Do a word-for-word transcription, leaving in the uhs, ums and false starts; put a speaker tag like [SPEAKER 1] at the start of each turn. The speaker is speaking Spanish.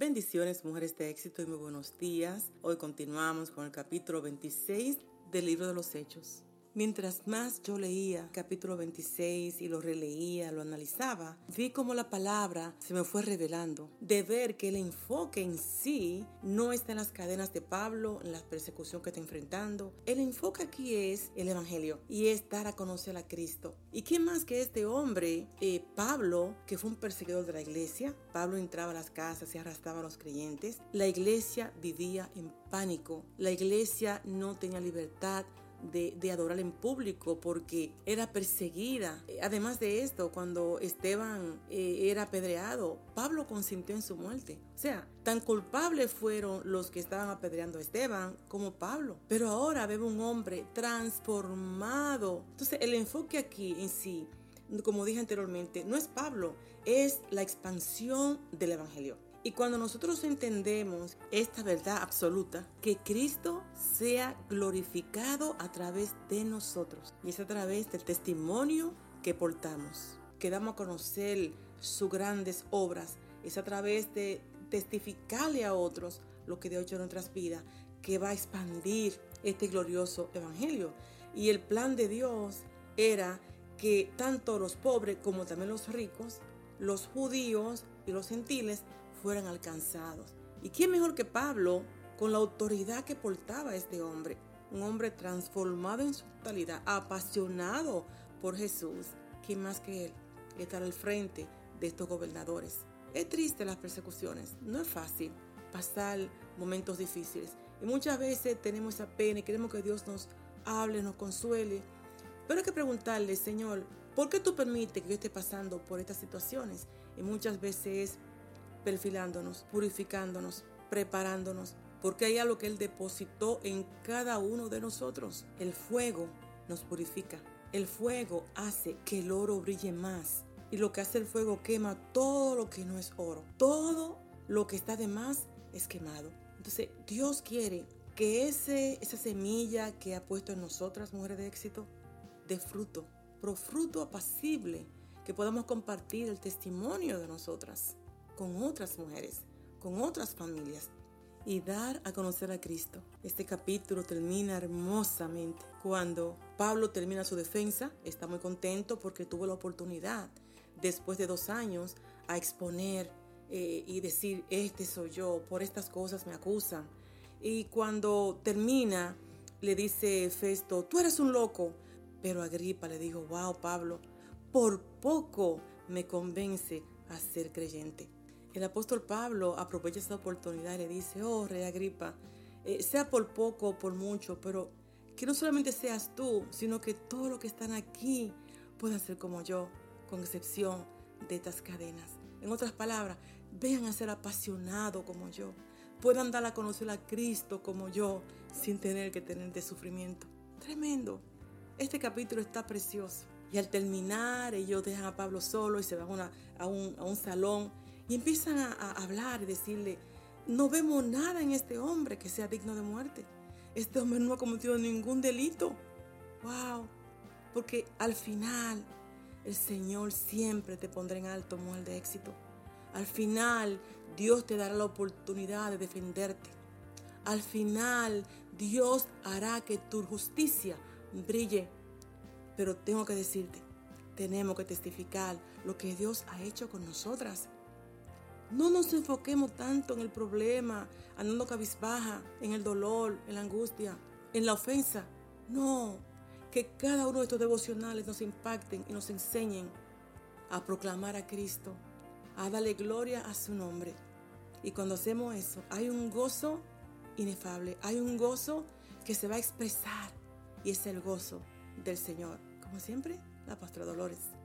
[SPEAKER 1] Bendiciones, mujeres de éxito, y muy buenos días. Hoy continuamos con el capítulo veintiséis del libro de los Hechos. Mientras más yo leía el capítulo veintiséis y lo releía, lo analizaba, vi cómo la palabra se me fue revelando, de ver que el enfoque en sí no está en las cadenas de Pablo, en la persecución que está enfrentando. El enfoque aquí es el evangelio y es dar a conocer a Cristo. ¿Y quién más que este hombre, eh, Pablo, que fue un perseguidor de la iglesia? Pablo entraba a las casas y arrastraba a los creyentes. La iglesia vivía en pánico. La iglesia no tenía libertad De, de adorar en público porque era perseguida. Además de esto, cuando Esteban eh, era apedreado, Pablo consintió en su muerte. O sea, tan culpables fueron los que estaban apedreando a Esteban como Pablo. Pero ahora vemos un hombre transformado. Entonces, el enfoque aquí en sí, como dije anteriormente, no es Pablo, es la expansión del evangelio. Y cuando nosotros entendemos esta verdad absoluta, que Cristo sea glorificado a través de nosotros, y es a través del testimonio que portamos, que damos a conocer sus grandes obras, es a través de testificarle a otros lo que Dios ha hecho en nuestras vidas, que va a expandir este glorioso evangelio. Y el plan de Dios era que tanto los pobres como también los ricos, los judíos y los gentiles fueran alcanzados. ¿Y quién mejor que Pablo, con la autoridad que portaba este hombre? Un hombre transformado en su totalidad, apasionado por Jesús. ¿Quién más que él? Estar al frente de estos gobernadores. Es triste las persecuciones, no es fácil pasar momentos difíciles. Y muchas veces tenemos esa pena y queremos que Dios nos hable, nos consuele. Pero hay que preguntarle, Señor, ¿por qué tú permites que yo esté pasando por estas situaciones? Y muchas veces perfilándonos, purificándonos, preparándonos, porque hay algo que Él depositó en cada uno de nosotros. El fuego nos purifica. El fuego hace que el oro brille más. Y lo que hace el fuego quema todo lo que no es oro. Todo lo que está de más es quemado. Entonces, Dios quiere que ese, esa semilla que ha puesto en nosotras, mujeres de éxito, dé fruto, pero fruto apacible, que podamos compartir el testimonio de nosotras con otras mujeres, con otras familias y dar a conocer a Cristo. Este capítulo termina hermosamente cuando Pablo termina su defensa. Está muy contento porque tuvo la oportunidad después de dos años a exponer eh, y decir, este soy yo, por estas cosas me acusan. Y cuando termina le dice Festo, tú eres un loco. Pero Agripa le dijo, wow, Pablo, por poco me convence a ser creyente. El apóstol Pablo aprovecha esa oportunidad y le dice, oh, Rey Agripa, eh, sea por poco o por mucho, pero que no solamente seas tú, sino que todos los que están aquí puedan ser como yo, con excepción de estas cadenas. En otras palabras, vengan a ser apasionados como yo, puedan dar a conocer a Cristo como yo, sin tener que tener de sufrimiento. Tremendo. Este capítulo está precioso. Y al terminar, ellos dejan a Pablo solo y se van a, una, a, un, a un salón y empiezan a, a hablar y decirle, no vemos nada en este hombre que sea digno de muerte. Este hombre no ha cometido ningún delito. Wow. Porque al final, el Señor siempre te pondrá en alto, mujer de éxito. Al final, Dios te dará la oportunidad de defenderte. Al final, Dios hará que tu justicia brille. Pero tengo que decirte, tenemos que testificar lo que Dios ha hecho con nosotras. No nos enfoquemos tanto en el problema, andando cabizbaja, en el dolor, en la angustia, en la ofensa. No, que cada uno de estos devocionales nos impacten y nos enseñen a proclamar a Cristo, a darle gloria a su nombre. Y cuando hacemos eso, hay un gozo inefable, hay un gozo que se va a expresar y es el gozo del Señor. Como siempre, la pastora Dolores.